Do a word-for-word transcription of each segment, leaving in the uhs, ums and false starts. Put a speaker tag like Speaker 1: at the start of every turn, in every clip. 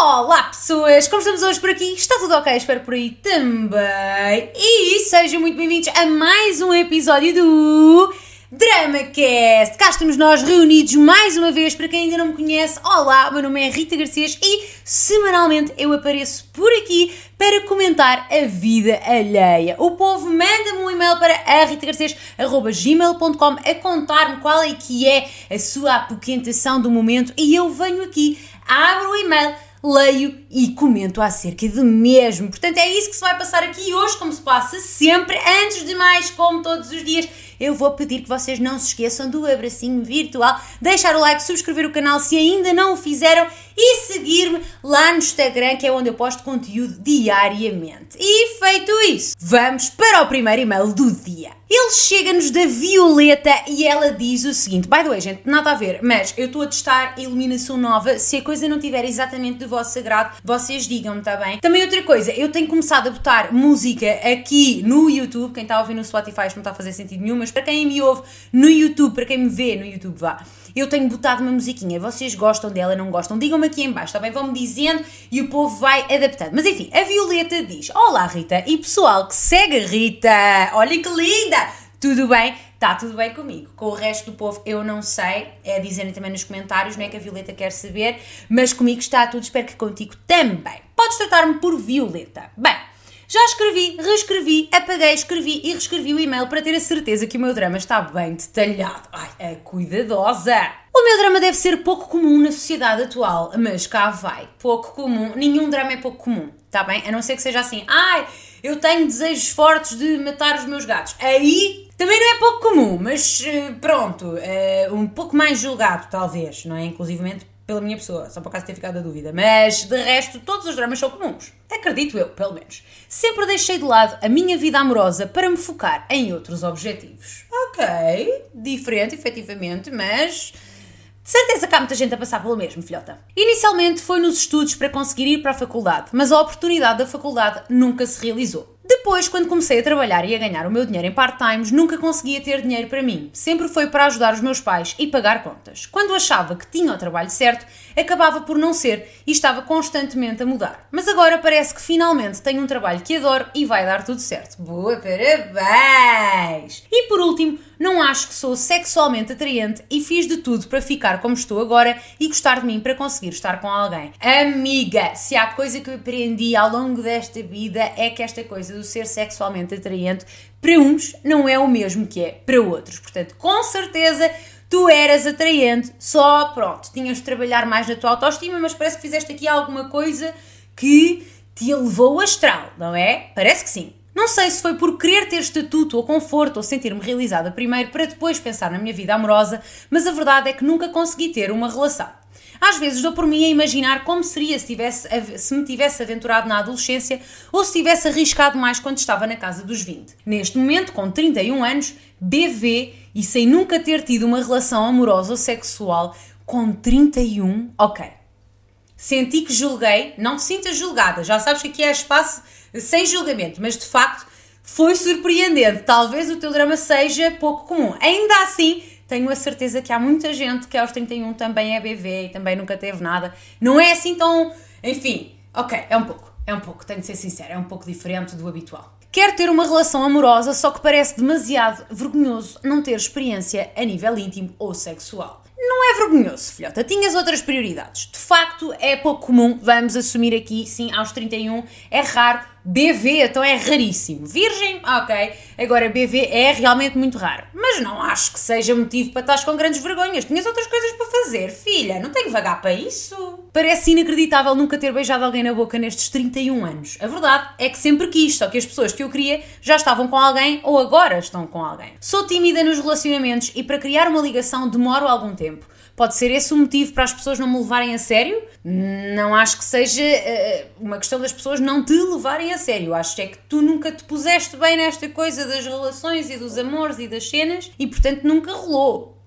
Speaker 1: Olá pessoas, como estamos hoje por aqui? Está tudo ok? Espero por aí também. E sejam muito bem-vindos a mais um episódio do DramaCast. Cá estamos nós reunidos mais uma vez. Para quem ainda não me conhece, olá, o meu nome é Rita Garcês e semanalmente eu apareço por aqui para comentar a vida alheia. O povo manda-me um e-mail para a rita garcês arroba gmail ponto com a contar-me qual é que é a sua apoquentação do momento e eu venho aqui, abro o e-mail, leio e comento acerca do mesmo. Portanto, é isso que se vai passar aqui hoje, como se passa sempre. Antes de mais, como todos os dias, eu vou pedir que vocês não se esqueçam do abracinho virtual, deixar o like, subscrever o canal se ainda não o fizeram e seguir-me lá no Instagram, que é onde eu posto conteúdo diariamente. E feito isso, vamos para o primeiro e-mail do dia. Ele chega-nos da Violeta e ela diz o seguinte: by the way, gente, nada a ver, mas eu estou a testar a iluminação nova. Se a coisa não estiver exatamente do vosso agrado, vocês digam-me, está bem? Também outra coisa, eu tenho começado a botar música aqui no YouTube. Quem está a ouvir no Spotify isto não está a fazer sentido nenhum, mas para quem me ouve no YouTube, para quem me vê no YouTube, vá, eu tenho botado uma musiquinha. Vocês gostam dela, não gostam? Digam-me aqui em baixo, está bem? Vão-me dizendo e o povo vai adaptando. Mas enfim, a Violeta diz: olá Rita, e pessoal que segue a Rita, olhem que linda! Tudo bem? Está tudo bem comigo. Com o resto do povo eu não sei, é dizerem também nos comentários, não é que a Violeta quer saber, mas comigo está tudo, espero que contigo também. Podes tratar-me por Violeta. Bem, já escrevi, reescrevi, apaguei, escrevi e reescrevi o e-mail para ter a certeza que o meu drama está bem detalhado. Ai, a cuidadosa! O meu drama deve ser pouco comum na sociedade atual, mas cá vai. Pouco comum, nenhum drama é pouco comum, está bem? A não ser que seja assim: ai, eu tenho desejos fortes de matar os meus gatos. Aí também não é pouco comum, mas pronto, um pouco mais julgado talvez, não é? Inclusivamente pela minha pessoa, só por acaso ter ficado a dúvida. Mas de resto, todos os dramas são comuns. Acredito eu, pelo menos. Sempre deixei de lado a minha vida amorosa para me focar em outros objetivos. Ok, diferente efetivamente, mas de certeza que há muita gente a passar pelo mesmo, filhota. Inicialmente foi nos estudos para conseguir ir para a faculdade, mas a oportunidade da faculdade nunca se realizou. Depois, quando comecei a trabalhar e a ganhar o meu dinheiro em part-times, nunca conseguia ter dinheiro para mim. Sempre foi para ajudar os meus pais e pagar contas. Quando achava que tinha o trabalho certo, acabava por não ser e estava constantemente a mudar. Mas agora parece que finalmente tenho um trabalho que adoro e vai dar tudo certo. Boa, parabéns! E por último, não acho que sou sexualmente atraente e fiz de tudo para ficar como estou agora e gostar de mim para conseguir estar com alguém. Amiga, se há coisa que eu aprendi ao longo desta vida é que esta coisa do ser sexualmente atraente para uns não é o mesmo que é para outros. Portanto, com certeza tu eras atraente, só pronto, tinhas de trabalhar mais na tua autoestima, mas parece que fizeste aqui alguma coisa que te elevou ao astral, não é? Parece que sim. Não sei se foi por querer ter estatuto ou conforto ou sentir-me realizada primeiro para depois pensar na minha vida amorosa, mas a verdade é que nunca consegui ter uma relação. Às vezes dou por mim a imaginar como seria se, tivesse, se me tivesse aventurado na adolescência ou se tivesse arriscado mais quando estava na casa dos vinte. Neste momento, com trinta e um anos, B V e sem nunca ter tido uma relação amorosa ou sexual, com trinta e um, ok. Senti que julguei, não te sintas julgada, já sabes que aqui é espaço sem julgamento, mas de facto foi surpreendente. Talvez o teu drama seja pouco comum. Ainda assim, tenho a certeza que há muita gente que aos trinta e um também é B V e também nunca teve nada. Não é assim tão... Enfim, ok, é um pouco, é um pouco, tenho de ser sincera, é um pouco diferente do habitual. Quero ter uma relação amorosa, só que parece demasiado vergonhoso não ter experiência a nível íntimo ou sexual. Não é vergonhoso, filhota, tinhas outras prioridades. De facto, é pouco comum, vamos assumir aqui, sim, aos trinta e um, é raro. B V, então é raríssimo. Virgem, ok. Agora B V é realmente muito raro. Mas não acho que seja motivo para estás com grandes vergonhas. Tinhas outras coisas para fazer, filha. Não tenho vagar para isso. Parece inacreditável nunca ter beijado alguém na boca nestes trinta e um anos. A verdade é que sempre quis, só que as pessoas que eu queria já estavam com alguém ou agora estão com alguém. Sou tímida nos relacionamentos e para criar uma ligação demoro algum tempo. Pode ser esse o motivo para as pessoas não me levarem a sério? Não acho que seja uh, uma questão das pessoas não te levarem a sério. Acho é que tu nunca te puseste bem nesta coisa das relações e dos amores e das cenas e, portanto, nunca rolou.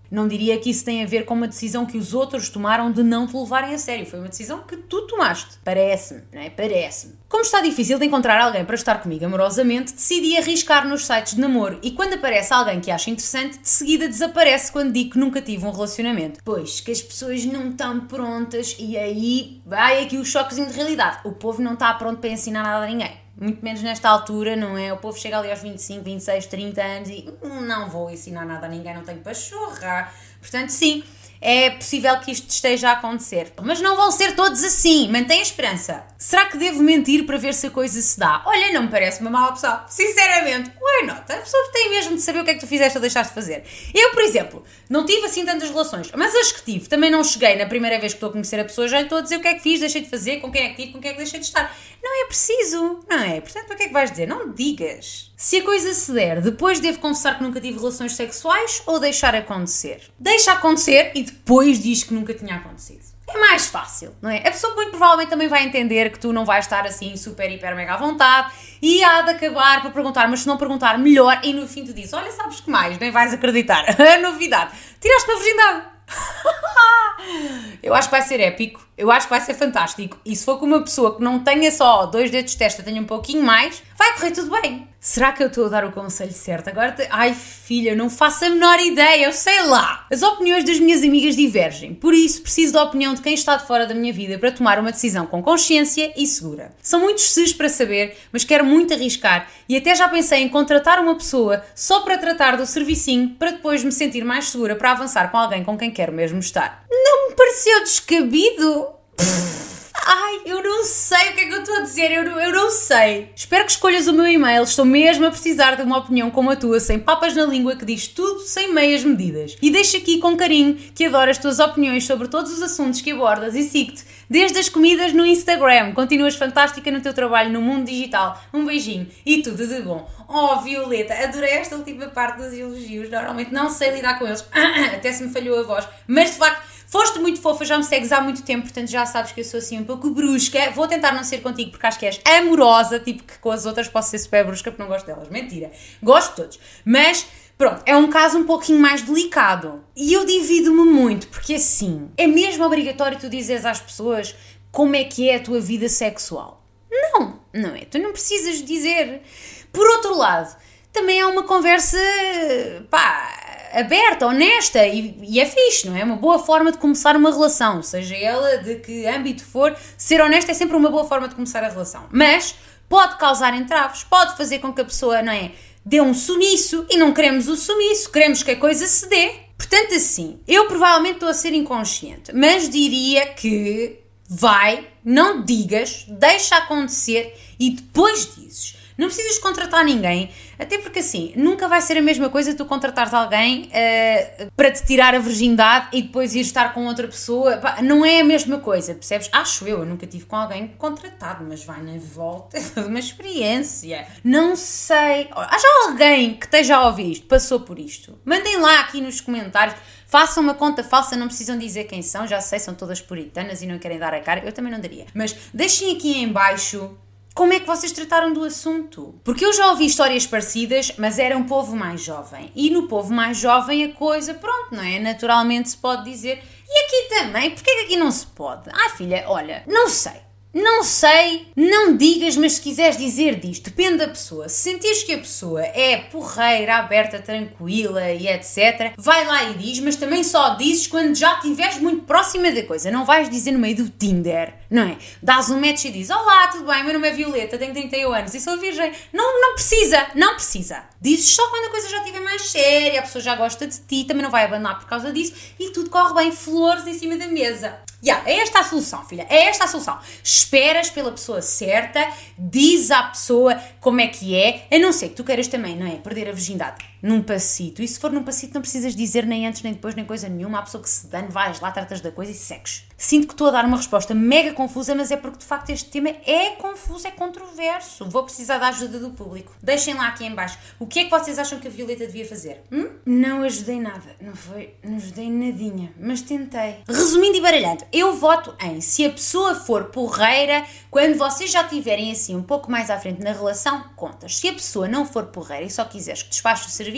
Speaker 1: Não diria que isso tem a ver com uma decisão que os outros tomaram de não te levarem a sério. Foi uma decisão que tu tomaste. Parece-me, não é? Parece-me. Como está difícil de encontrar alguém para estar comigo amorosamente, decidi arriscar nos sites de namoro e quando aparece alguém que acha interessante, de seguida desaparece quando digo que nunca tive um relacionamento. Pois, que as pessoas não estão prontas e aí vai aqui o choquezinho de realidade. O povo não está pronto para ensinar nada a ninguém. Muito menos nesta altura, não é? O povo chega ali aos vinte e cinco, vinte e seis, trinta anos e não vou ensinar nada a ninguém, não tenho pachorra. Portanto, sim, é possível que isto esteja a acontecer. Mas não vão ser todos assim, mantém a esperança. Será que devo mentir para ver se a coisa se dá? Olha, não me parece uma má opção. Sinceramente, why not? A pessoa tem mesmo de saber o que é que tu fizeste ou deixaste de fazer. Eu, por exemplo, não tive assim tantas relações, mas as que tive, também não cheguei na primeira vez que estou a conhecer a pessoa, já lhe estou a dizer o que é que fiz, deixei de fazer, com quem é que tive, com quem é que deixei de estar. Não é preciso, não é? Portanto, para que é que vais dizer? Não digas. Se a coisa se der, depois devo confessar que nunca tive relações sexuais ou deixar acontecer? Deixa acontecer e depois diz que nunca tinha acontecido. É mais fácil, não é? A pessoa muito provavelmente também vai entender que tu não vais estar assim super, hiper, mega à vontade e há de acabar por perguntar, mas se não perguntar, melhor, e no fim tu dizes, olha, sabes que mais? Nem vais acreditar. A novidade. Tiraste-me a virgindade. Eu acho que vai ser épico, eu acho que vai ser fantástico e se for com uma pessoa que não tenha só dois dedos de testa, tenha um pouquinho mais, vai correr tudo bem. Será que eu estou a dar o conselho certo? Agora, te... ai filha, não faço a menor ideia, eu sei lá. As opiniões das minhas amigas divergem, por isso preciso da opinião de quem está de fora da minha vida para tomar uma decisão com consciência e segura. São muitos ses para saber, mas quero muito arriscar e até já pensei em contratar uma pessoa só para tratar do servicinho para depois me sentir mais segura para avançar com alguém com quem quero mesmo estar. Não me pareceu descabido? Ai, eu não sei o que é que eu estou a dizer, eu não, eu não sei. Espero que escolhas o meu e-mail, estou mesmo a precisar de uma opinião como a tua, sem papas na língua, que diz tudo sem meias medidas. E deixo aqui com carinho que adoro as tuas opiniões sobre todos os assuntos que abordas e sigo-te, desde as comidas no Instagram. Continuas fantástica no teu trabalho no mundo digital. Um beijinho e tudo de bom. Oh, Violeta, adorei esta última parte dos elogios, normalmente não sei lidar com eles, até se me falhou a voz, mas de facto... Foste muito fofa, já me segues há muito tempo, portanto já sabes que eu sou assim um pouco brusca. Vou tentar não ser contigo porque acho que és amorosa, tipo que com as outras posso ser super brusca porque não gosto delas. Mentira, gosto de todos. Mas pronto, é um caso um pouquinho mais delicado. E eu divido-me muito, porque assim, é mesmo obrigatório tu dizeres às pessoas como é que é a tua vida sexual? Não, não é? Tu não precisas dizer. Por outro lado, também é uma conversa, pá... aberta, honesta e, e é fixe, não é? Uma boa forma de começar uma relação, seja ela de que âmbito for, ser honesto é sempre uma boa forma de começar a relação, mas pode causar entraves, pode fazer com que a pessoa, não é, dê um sumiço e não queremos o sumiço, queremos que a coisa se dê. Portanto assim, eu provavelmente estou a ser inconsciente, mas diria que vai, não digas, deixa acontecer e depois dizes. Não precisas contratar ninguém, até porque assim, nunca vai ser a mesma coisa tu contratares alguém uh, para te tirar a virgindade e depois ir estar com outra pessoa. Pá, não é a mesma coisa, percebes? Acho eu, eu nunca tive com alguém contratado, mas vai na volta de uma experiência. Não sei, há já alguém que esteja a ouvir isto, passou por isto? Mandem lá aqui nos comentários. Façam uma conta falsa, não precisam dizer quem são, já sei, são todas puritanas e não querem dar a cara, eu também não daria. Mas deixem aqui em baixo como é que vocês trataram do assunto. Porque eu já ouvi histórias parecidas, mas era um povo mais jovem. E no povo mais jovem a coisa, pronto, não é? Naturalmente se pode dizer. E aqui também, porque é que aqui não se pode? Ah, filha, olha, não sei. Não sei, não digas, mas se quiseres dizer diz, depende da pessoa. Se sentires que a pessoa é porreira, aberta, tranquila e etcétera, vai lá e diz, mas também só dizes quando já estiveres muito próxima da coisa. Não vais dizer no meio do Tinder, não é? Dás um match e dizes, olá, tudo bem, meu nome é Violeta, tenho trinta e um anos e sou virgem. Não, não precisa, não precisa. Dizes só quando a coisa já estiver mais séria, a pessoa já gosta de ti, também não vai abandonar por causa disso e tudo corre bem, flores em cima da mesa. Yeah, é esta a solução, filha, é esta a solução. Esperas pela pessoa certa, diz à pessoa como é que é, a não ser que tu queiras também, não é? Perder a virgindade num passito. E se for num passito não precisas dizer nem antes nem depois nem coisa nenhuma. Há pessoa que se dane, vais lá, tratas da coisa e segues. Sinto que estou a dar uma resposta mega confusa, mas é porque de facto este tema é confuso, é controverso. Vou precisar da ajuda do público. Deixem lá aqui em baixo. O que é que vocês acham que a Violeta devia fazer? Hum? Não ajudei nada. Não foi, não ajudei nadinha, mas tentei. Resumindo e baralhando, eu voto em se a pessoa for porreira, quando vocês já estiverem assim um pouco mais à frente na relação, contas. Se a pessoa não for porreira e só quiseres que despache o serviço,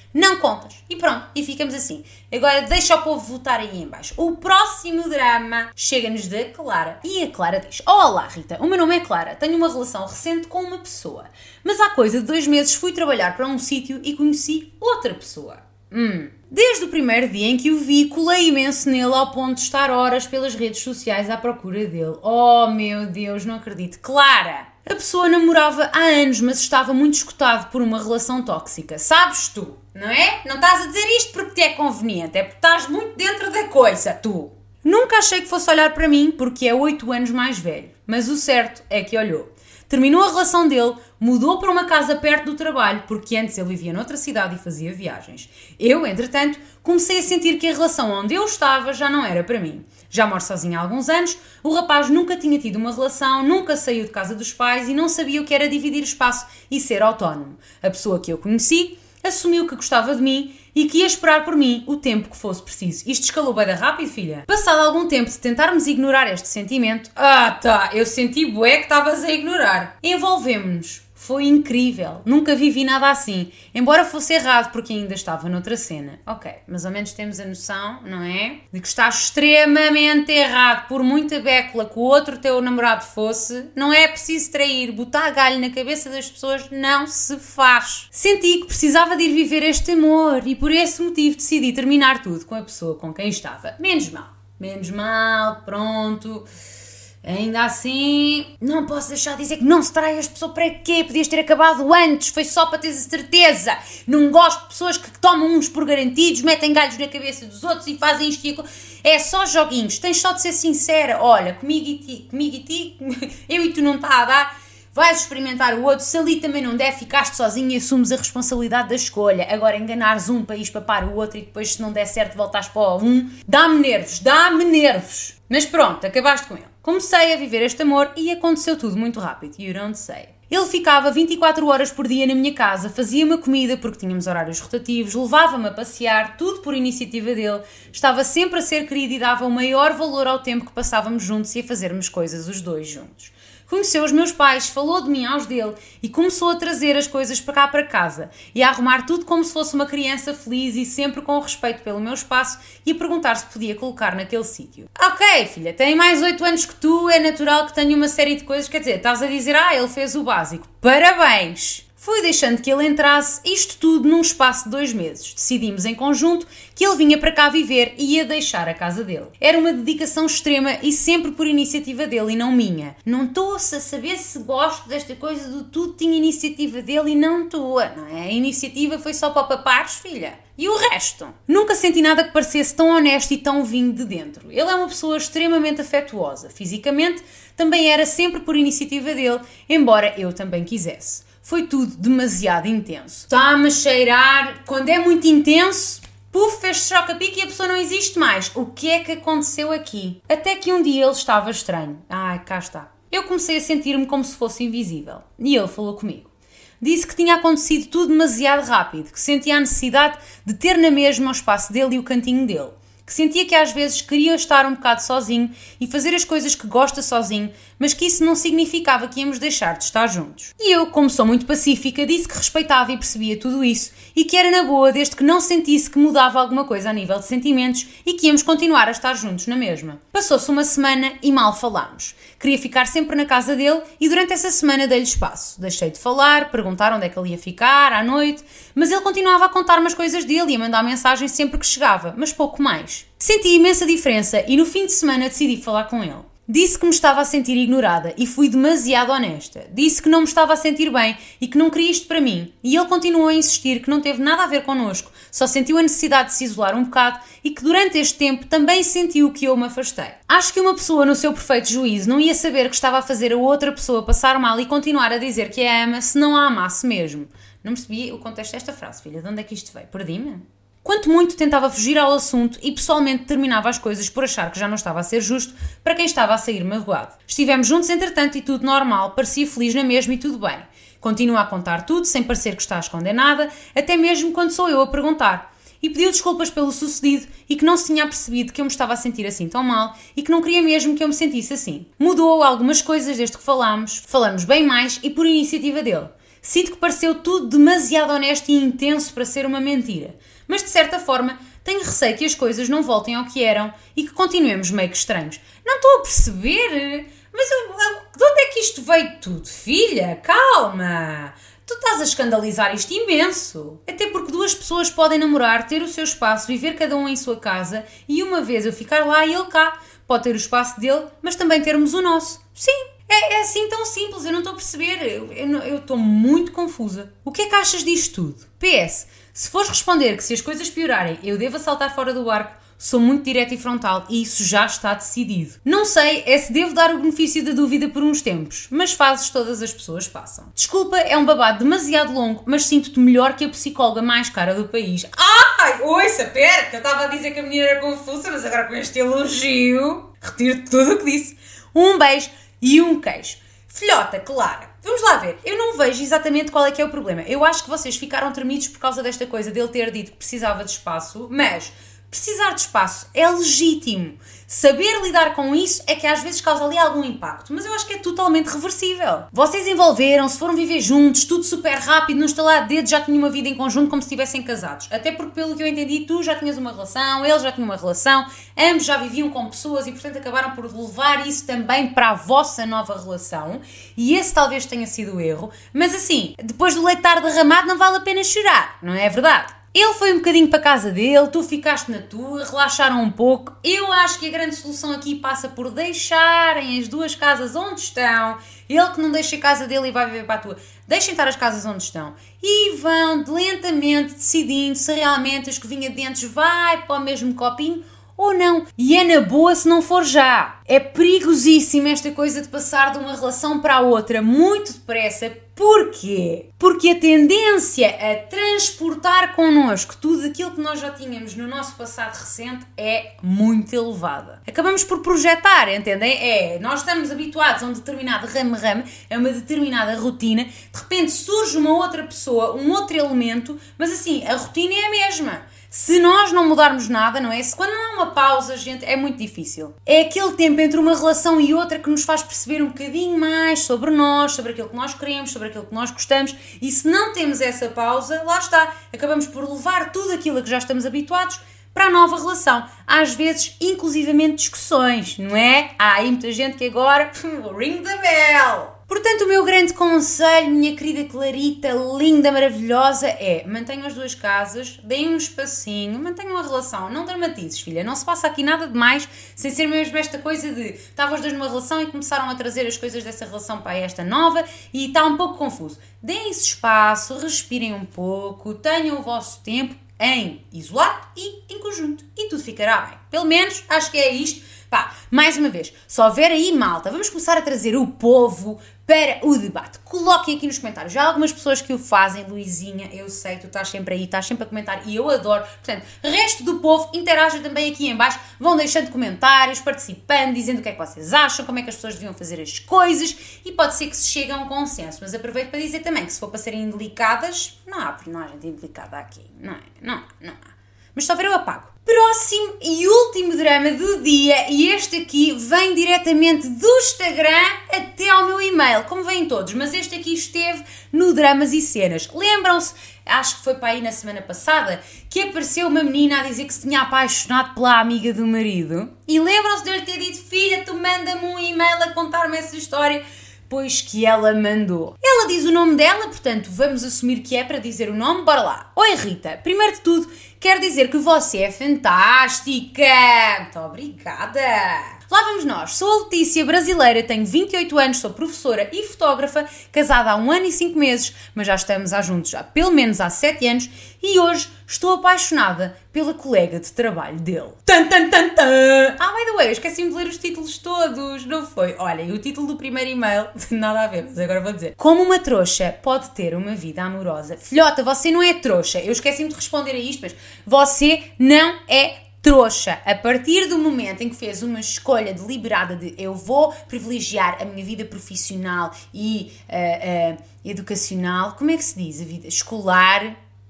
Speaker 1: Não contas. E pronto, e ficamos assim. Agora deixa o povo votar aí em baixo. O próximo drama chega-nos da Clara. E a Clara diz: Olá Rita, o meu nome é Clara, tenho uma relação recente com uma pessoa. Mas há coisa de dois meses fui trabalhar para um sítio e conheci outra pessoa. Hum. Desde o primeiro dia em que o vi, colei imenso nele ao ponto de estar horas pelas redes sociais à procura dele. Oh meu Deus, não acredito. Clara! A pessoa namorava há anos, mas estava muito esgotado por uma relação tóxica. Sabes tu, não é? Não estás a dizer isto porque te é conveniente, é porque estás muito dentro da coisa, tu. Nunca achei que fosse olhar para mim porque é oito anos mais velho, mas o certo é que olhou. Terminou a relação dele, mudou para uma casa perto do trabalho, porque antes ele vivia noutra cidade e fazia viagens. Eu, entretanto, comecei a sentir que a relação onde eu estava já não era para mim. Já moro sozinha há alguns anos, o rapaz nunca tinha tido uma relação, nunca saiu de casa dos pais e não sabia o que era dividir espaço e ser autónomo. A pessoa que eu conheci assumiu que gostava de mim e que ia esperar por mim o tempo que fosse preciso. Isto escalou bem rápido, filha. Passado algum tempo de tentarmos ignorar este sentimento, ah tá, eu senti bué que estavas a ignorar. Envolvemos-nos. Foi incrível. Nunca vivi nada assim. Embora fosse errado porque ainda estava noutra cena. Ok, mais ou menos temos a noção, não é? De que está extremamente errado. Por muita bécula que o outro teu namorado fosse, não é preciso trair. Botar galho na cabeça das pessoas não se faz. Senti que precisava de ir viver este amor e por esse motivo decidi terminar tudo com a pessoa com quem estava. Menos mal. Menos mal, pronto. Ainda assim, não posso deixar de dizer que não se trai as pessoas. Para quê? Podias ter acabado antes, foi só para teres a certeza. Não gosto de pessoas que tomam uns por garantidos, metem galhos na cabeça dos outros e fazem isto e aquilo. É só joguinhos, tens só de ser sincera. Olha, comigo e ti, comigo e ti, eu e tu não está a dar, vais experimentar o outro. Se ali também não der, ficaste sozinho e assumes a responsabilidade da escolha. Agora enganares um para ir papar o outro e depois se não der certo voltares para o um, dá-me nervos, dá-me nervos. Mas pronto, acabaste com ele. Comecei a viver este amor e aconteceu tudo muito rápido. You don't say. Ele ficava vinte e quatro horas por dia na minha casa, fazia-me a comida porque tínhamos horários rotativos, levava-me a passear, tudo por iniciativa dele, estava sempre a ser querido e dava o maior valor ao tempo que passávamos juntos e a fazermos coisas os dois juntos. Conheceu os meus pais, falou de mim aos dele e começou a trazer as coisas para cá para casa e a arrumar tudo como se fosse uma criança feliz e sempre com respeito pelo meu espaço e a perguntar se podia colocar naquele sítio. Ok, filha, tem mais oito anos que tu, é natural que tenha uma série de coisas, quer dizer, estás a dizer, ah, ele fez o básico. Parabéns! Fui deixando que ele entrasse, isto tudo num espaço de dois meses. Decidimos em conjunto que ele vinha para cá viver e ia deixar a casa dele. Era uma dedicação extrema e sempre por iniciativa dele e não minha. Não estou a saber se gosto desta coisa do tudo tinha iniciativa dele e não tua, não é? A iniciativa foi só para papares, filha. E o resto? Nunca senti nada que parecesse tão honesto e tão vindo de dentro. Ele é uma pessoa extremamente afetuosa. Fisicamente, também era sempre por iniciativa dele, embora eu também quisesse. Foi tudo demasiado intenso. Está-me a cheirar. Quando é muito intenso, puf, fez-se choca-pique e a pessoa não existe mais. O que é que aconteceu aqui? Até que um dia ele estava estranho. Ai, cá está. Eu comecei a sentir-me como se fosse invisível. E ele falou comigo. Disse que tinha acontecido tudo demasiado rápido, que sentia a necessidade de ter na mesma o espaço dele e o cantinho dele. Que sentia que às vezes queria estar um bocado sozinho e fazer as coisas que gosta sozinho, mas que isso não significava que íamos deixar de estar juntos. E eu, como sou muito pacífica, disse que respeitava e percebia tudo isso e que era na boa desde que não sentisse que mudava alguma coisa a nível de sentimentos e que íamos continuar a estar juntos na mesma. Passou-se uma semana e mal falámos. Queria ficar sempre na casa dele e durante essa semana dei-lhe espaço. Deixei de falar, perguntar onde é que ele ia ficar à noite, mas ele continuava a contar-me as coisas dele e a mandar mensagem sempre que chegava, mas pouco mais. Senti imensa diferença e no fim de semana decidi falar com ele. Disse que me estava a sentir ignorada e fui demasiado honesta. Disse que não me estava a sentir bem e que não queria isto para mim. E ele continuou a insistir que não teve nada a ver connosco, só sentiu a necessidade de se isolar um bocado e que durante este tempo também sentiu que eu me afastei. Acho que uma pessoa no seu perfeito juízo não ia saber que estava a fazer a outra pessoa passar mal e continuar a dizer que a ama se não a amasse mesmo. Não percebi o contexto desta frase, filha. De onde é que isto veio? Perdi-me? Quanto muito tentava fugir ao assunto e pessoalmente terminava as coisas por achar que já não estava a ser justo para quem estava a sair magoado. Estivemos juntos entretanto e tudo normal, parecia feliz na mesma e tudo bem. Continua a contar tudo sem parecer que está a esconder nada, até mesmo quando sou eu a perguntar. E pediu desculpas pelo sucedido e que não se tinha percebido que eu me estava a sentir assim tão mal e que não queria mesmo que eu me sentisse assim. Mudou algumas coisas desde que falámos, falamos bem mais e por iniciativa dele. Sinto que pareceu tudo demasiado honesto e intenso para ser uma mentira. Mas de certa forma, tenho receio que as coisas não voltem ao que eram e que continuemos meio que estranhos. Não estou a perceber. Mas eu, eu, de onde é que isto veio tudo? Filha, calma. Tu estás a escandalizar isto imenso. Até porque duas pessoas podem namorar, ter o seu espaço, viver cada um em sua casa e uma vez eu ficar lá e ele cá. Pode ter o espaço dele, mas também termos o nosso. Sim, é, é assim tão simples, eu não estou a perceber. Eu, eu, eu estou muito confusa. O que é que achas disto tudo? P S, se fores responder que se as coisas piorarem eu devo saltar fora do barco, sou muito direta e frontal e isso já está decidido. Não sei é se devo dar o benefício da dúvida por uns tempos, mas fases todas as pessoas passam. Desculpa, é um babado demasiado longo, mas sinto-te melhor que a psicóloga mais cara do país. Ai, ouça, pera, que eu estava a dizer que a menina era confusa, mas agora com este elogio, retiro tudo o que disse. Um beijo e um queijo. Filhota, Clara, vamos lá ver, eu não vejo exatamente qual é que é o problema. Eu acho que vocês ficaram tremidos por causa desta coisa dele ter dito que precisava de espaço, mas precisar de espaço é legítimo. Saber lidar com isso é que às vezes causa ali algum impacto, mas eu acho que é totalmente reversível. Vocês envolveram-se, foram viver juntos, tudo super rápido, no estalar de dedos já tinham uma vida em conjunto como se estivessem casados. Até porque, pelo que eu entendi, tu já tinhas uma relação, ele já tinha uma relação, ambos já viviam com pessoas e, portanto, acabaram por levar isso também para a vossa nova relação. E esse talvez tenha sido o erro. Mas assim, depois do leite estar derramado não vale a pena chorar, não é verdade? Ele foi um bocadinho para a casa dele, tu ficaste na tua, relaxaram um pouco. Eu acho que a grande solução aqui passa por deixarem as duas casas onde estão. Ele que não deixa a casa dele e vai viver para a tua. Deixem estar as casas onde estão. E vão lentamente decidindo se realmente a escovinha de dentes vai para o mesmo copinho ou não. E é na boa se não for já. É perigosíssimo esta coisa de passar de uma relação para a outra muito depressa. Porquê? Porque a tendência a transportar connosco tudo aquilo que nós já tínhamos no nosso passado recente é muito elevada. Acabamos por projetar, entendem? É, nós estamos habituados a um determinado rame-rame, a uma determinada rotina, de repente surge uma outra pessoa, um outro elemento, mas assim, a rotina é a mesma. Se nós não mudarmos nada, não é? Se quando não há uma pausa, gente, é muito difícil. É aquele tempo entre uma relação e outra que nos faz perceber um bocadinho mais sobre nós, sobre aquilo que nós queremos, sobre aquilo que nós gostamos, e se não temos essa pausa, lá está, acabamos por levar tudo aquilo a que já estamos habituados para a nova relação. Às vezes, inclusivamente discussões, não é? Há aí muita gente que agora, ring the bell! Portanto, o meu grande conselho, minha querida Clarita, linda, maravilhosa, é mantenham as duas casas, deem um espacinho, mantenham a relação, não dramatizes, filha, não se passa aqui nada de mais, sem ser mesmo esta coisa de estavam os dois numa relação e começaram a trazer as coisas dessa relação para esta nova e está um pouco confuso. Deem esse espaço, respirem um pouco, tenham o vosso tempo em isolado e em conjunto e tudo ficará bem. Pelo menos, acho que é isto. Pá, mais uma vez, se houver aí malta, vamos começar a trazer o povo para o debate. Coloquem aqui nos comentários. Já há algumas pessoas que o fazem, Luizinha, eu sei, tu estás sempre aí, estás sempre a comentar e eu adoro. Portanto, resto do povo, interajam também aqui em baixo, vão deixando comentários, participando, dizendo o que é que vocês acham, como é que as pessoas deviam fazer as coisas e pode ser que se chegue a um consenso. Mas aproveito para dizer também que se for para serem indelicadas, não há personagem indelicada aqui, não é? Não há, não há. Mas se houver eu apago. Próximo e último drama do dia, e este aqui vem diretamente do Instagram até ao meu e-mail, como vêm todos, mas este aqui esteve no Dramas e Cenas. Lembram-se, acho que foi para aí na semana passada, que apareceu uma menina a dizer que se tinha apaixonado pela amiga do marido? E lembram-se de eu lhe ter dito, filha, tu manda-me um e-mail a contar-me essa história? Pois que ela mandou. Ela diz o nome dela, portanto, vamos assumir que é para dizer o nome, bora lá. Oi Rita, primeiro de tudo, quero dizer que você é fantástica. Muito obrigada. Lá vamos nós. Sou a Letícia, brasileira, tenho vinte e oito anos, sou professora e fotógrafa, casada há um ano e cinco meses, mas já estamos há juntos há pelo menos há sete anos e hoje estou apaixonada pela colega de trabalho dele. Tan, tan, tan, tan. Ah, by the way, eu esqueci-me de ler os títulos todos, não foi? Olha, e o título do primeiro e-mail, nada a ver, mas agora vou dizer. Como uma trouxa pode ter uma vida amorosa? Filhota, você não é trouxa. Eu esqueci-me de responder a isto, mas você não é trouxa. A partir do momento em que fez uma escolha deliberada de eu vou privilegiar a minha vida profissional e uh, uh, educacional, como é que se diz? A vida escolar,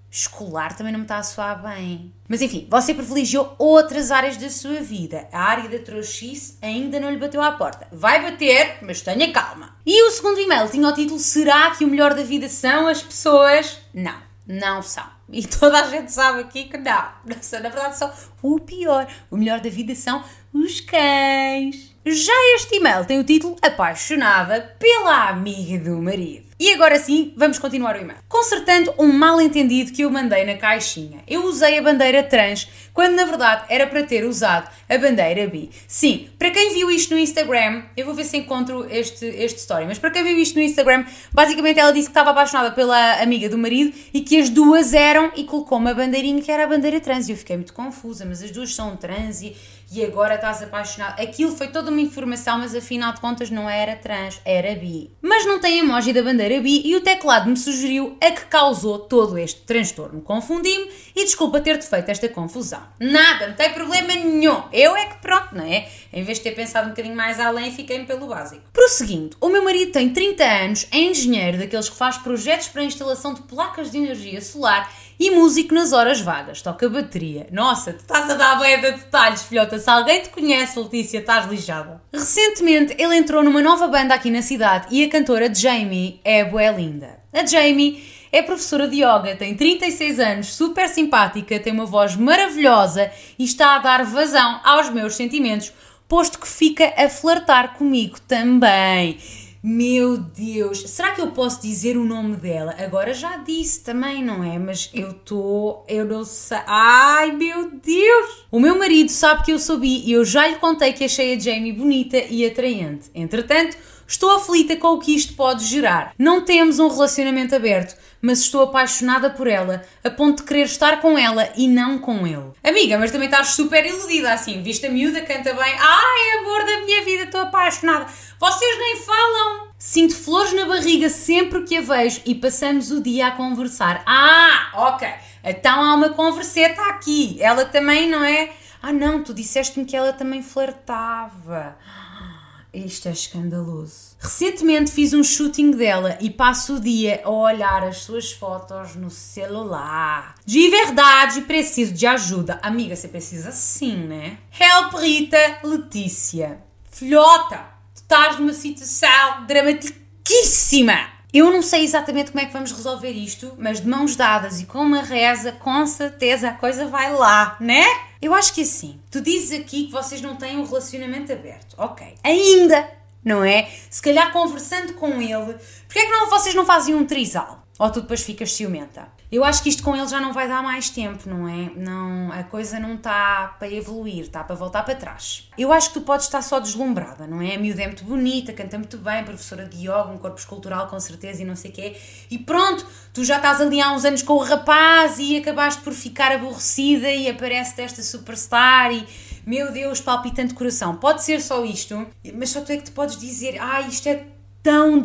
Speaker 1: Escolar também não me está a soar bem. Mas enfim, você privilegiou outras áreas da sua vida. A área da trouxice ainda não lhe bateu à porta. Vai bater, mas tenha calma. E o segundo e-mail tinha o título: será que o melhor da vida são as pessoas? Não, não são. E toda a gente sabe aqui que não. Na verdade são o pior. O melhor da vida são os cães. Já este e-mail tem o título: apaixonada pela amiga do marido. E agora sim, vamos continuar o e-mail. Consertando um mal-entendido que eu mandei na caixinha. Eu usei a bandeira trans, quando na verdade era para ter usado a bandeira bi. Sim, para quem viu isto no Instagram, eu vou ver se encontro este, este story, mas para quem viu isto no Instagram, basicamente ela disse que estava apaixonada pela amiga do marido e que as duas eram, e colocou uma bandeirinha que era a bandeira trans. E eu fiquei muito confusa, mas as duas são trans e, e agora estás apaixonada. Aquilo foi toda uma informação, mas afinal de contas não era trans, era bi. Mas não tem emoji da bandeira bi e o teclado me sugeriu a que causou todo este transtorno. Confundi-me e desculpa ter-te feito esta confusão. Nada, não tem problema nenhum. Eu é que pronto, não é? Em vez de ter pensado um bocadinho mais além, fiquei-me pelo básico. Prosseguindo, o meu marido tem trinta anos, é engenheiro daqueles que faz projetos para a instalação de placas de energia solar e músico nas horas vagas. Toca bateria. Nossa, tu estás a dar bué de detalhes, filhota. Se alguém te conhece, Letícia, estás lixada. Recentemente, ele entrou numa nova banda aqui na cidade e a cantora Jamie é bué linda. A Jamie é professora de yoga, tem trinta e seis anos, super simpática, tem uma voz maravilhosa e está a dar vazão aos meus sentimentos, posto que fica a flertar comigo também. Meu Deus, será que eu posso dizer o nome dela? Agora já disse também, não é? Mas eu estou, eu não sei, ai meu Deus! O meu marido sabe que eu sou bi e eu já lhe contei que achei a Jamie bonita e atraente. Entretanto, estou aflita com o que isto pode gerar. Não temos um relacionamento aberto, mas estou apaixonada por ela, a ponto de querer estar com ela e não com ele. Amiga, mas também estás super iludida assim, viste a miúda, canta bem. Ai, amor da minha vida, estou apaixonada. Vocês nem falam. Sinto flores na barriga sempre que a vejo e passamos o dia a conversar. Ah, ok. Então há uma converseta aqui. Ela também, não é? Ah não, tu disseste-me que ela também flertava. Isto é escandaloso. Recentemente fiz um shooting dela e passo o dia a olhar as suas fotos no celular. De verdade, preciso de ajuda. Amiga, você precisa sim, né? Help Rita Letícia. Filhota, tu estás numa situação dramaticíssima. Eu não sei exatamente como é que vamos resolver isto, mas de mãos dadas e com uma reza, com certeza a coisa vai lá, né? Eu acho que assim, tu dizes aqui que vocês não têm um relacionamento aberto. Ok. Ainda, não é? Se calhar conversando com ele, porque é que não, vocês não fazem um trisal? Ou tu depois ficas ciumenta? Eu acho que isto com ele já não vai dar mais tempo, não é? Não, a coisa não está para evoluir, está para voltar para trás. Eu acho que tu podes estar só deslumbrada, não é? A miúda é muito bonita, canta muito bem, professora de yoga, um corpo escultural com certeza e não sei o quê. E pronto, tu já estás ali há uns anos com o rapaz e acabaste por ficar aborrecida e aparece-te esta superstar e... Meu Deus, palpitante coração. Pode ser só isto, mas só tu é que te podes dizer, ah, isto é tão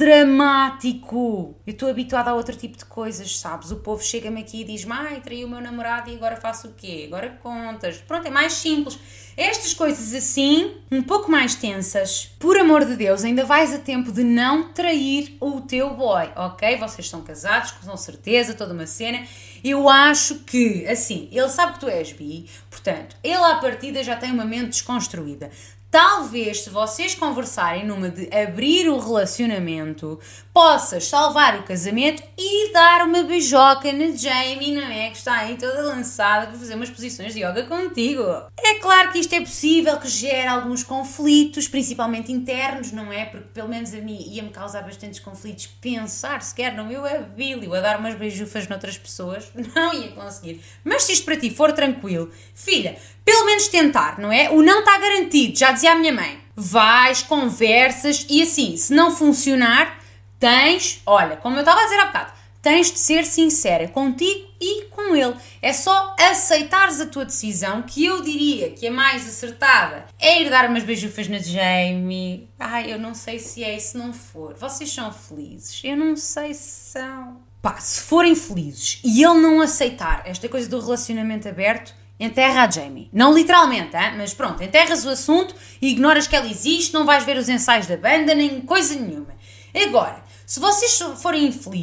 Speaker 1: dramático. Eu estou habituada a outro tipo de coisas, sabes? O povo chega-me aqui e diz-me, ai, traí o meu namorado e agora faço o quê? Agora contas. Pronto, é mais simples. Estas coisas assim, um pouco mais tensas, por amor de Deus, ainda vais a tempo de não trair o teu boy, ok? Vocês são casados, com certeza, toda uma cena. Eu acho que, assim, ele sabe que tu és bi, portanto, ele à partida já tem uma mente desconstruída. Talvez, se vocês conversarem numa de abrir o relacionamento, possas salvar o casamento e dar uma beijoca na Jamie, não é? Que está aí toda lançada para fazer umas posições de yoga contigo. É claro que isto é possível que gere alguns conflitos, principalmente internos, não é? Porque pelo menos a mim ia-me causar bastantes conflitos pensar sequer no meu abilio a dar umas beijufas noutras pessoas. Não ia conseguir. Mas se isto para ti for tranquilo, filha, pelo menos tentar, não é? O não está garantido, já dizia a minha mãe. Vais, conversas e assim, se não funcionar, tens, olha, como eu estava a dizer há bocado, tens de ser sincera contigo e com ele. É só aceitares a tua decisão, que eu diria que a mais acertada é ir dar umas beijufas na Jamie. Ai, eu não sei se é e se não for. Vocês são felizes? Eu não sei se são. Pá, se forem felizes e ele não aceitar esta coisa do relacionamento aberto, enterra a Jamie. Não literalmente, hein? Mas pronto, enterras o assunto e ignoras que ela existe, não vais ver os ensaios da banda, nem coisa nenhuma. Agora, se vocês forem infelizes,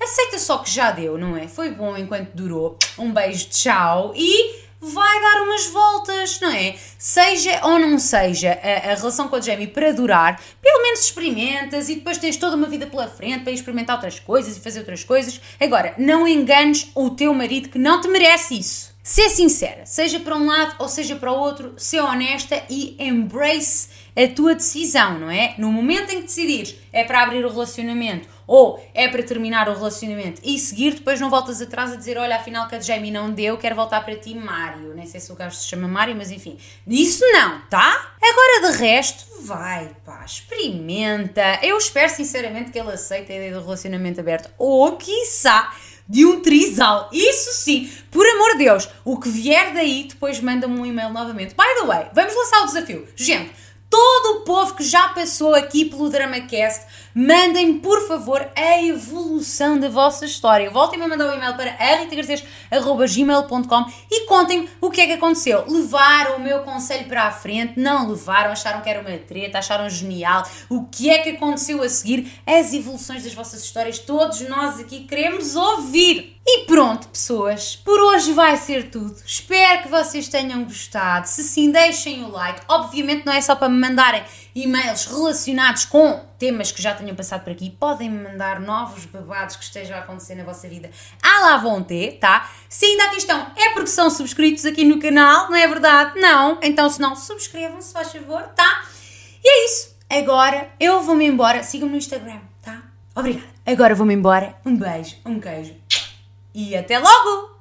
Speaker 1: aceita só que já deu, não é? Foi bom enquanto durou. Um beijo, tchau e vai dar umas voltas, não é? Seja ou não seja a, a relação com a Jamie para durar, pelo menos experimentas e depois tens toda uma vida pela frente para experimentar outras coisas e fazer outras coisas. Agora, não enganes o teu marido que não te merece isso. Ser sincera, seja para um lado ou seja para o outro, ser honesta e embrace a tua decisão, não é? No momento em que decidires é para abrir o relacionamento ou é para terminar o relacionamento e seguir, depois não voltas atrás a dizer, olha, afinal que a Jamie não deu, quero voltar para ti, Mário. Nem sei se o gajo se chama Mário, mas enfim. Isso não, tá? Agora de resto, vai, pá, experimenta. Eu espero sinceramente que ele aceite a ideia do relacionamento aberto ou, quiçá, de um trisal. Isso sim, por amor de Deus, o que vier daí, depois manda-me um e-mail novamente. By the way, vamos lançar o desafio. Gente, todo o povo que já passou aqui pelo DramaCast, mandem, por favor, a evolução da vossa história. Voltem-me a mandar um e-mail para a rita garcês arroba gmail ponto com e contem-me o que é que aconteceu. Levaram o meu conselho para a frente? Não levaram? Acharam que era uma treta? Acharam genial? O que é que aconteceu a seguir? As evoluções das vossas histórias, todos nós aqui queremos ouvir. E pronto, pessoas, por hoje vai ser tudo. Espero que vocês tenham gostado. Se sim, deixem o like. Obviamente não é só para me mandarem e-mails relacionados com temas que já tenham passado por aqui. Podem-me mandar novos babados que estejam a acontecer na vossa vida à la vontade, tá? Se ainda aqui estão, é porque são subscritos aqui no canal, não é verdade? Não. Então se não, subscrevam-se, se faz favor, tá? E é isso. Agora eu vou-me embora. Sigam-me no Instagram, tá? Obrigada. Agora vou-me embora. Um beijo, um queijo. E até logo!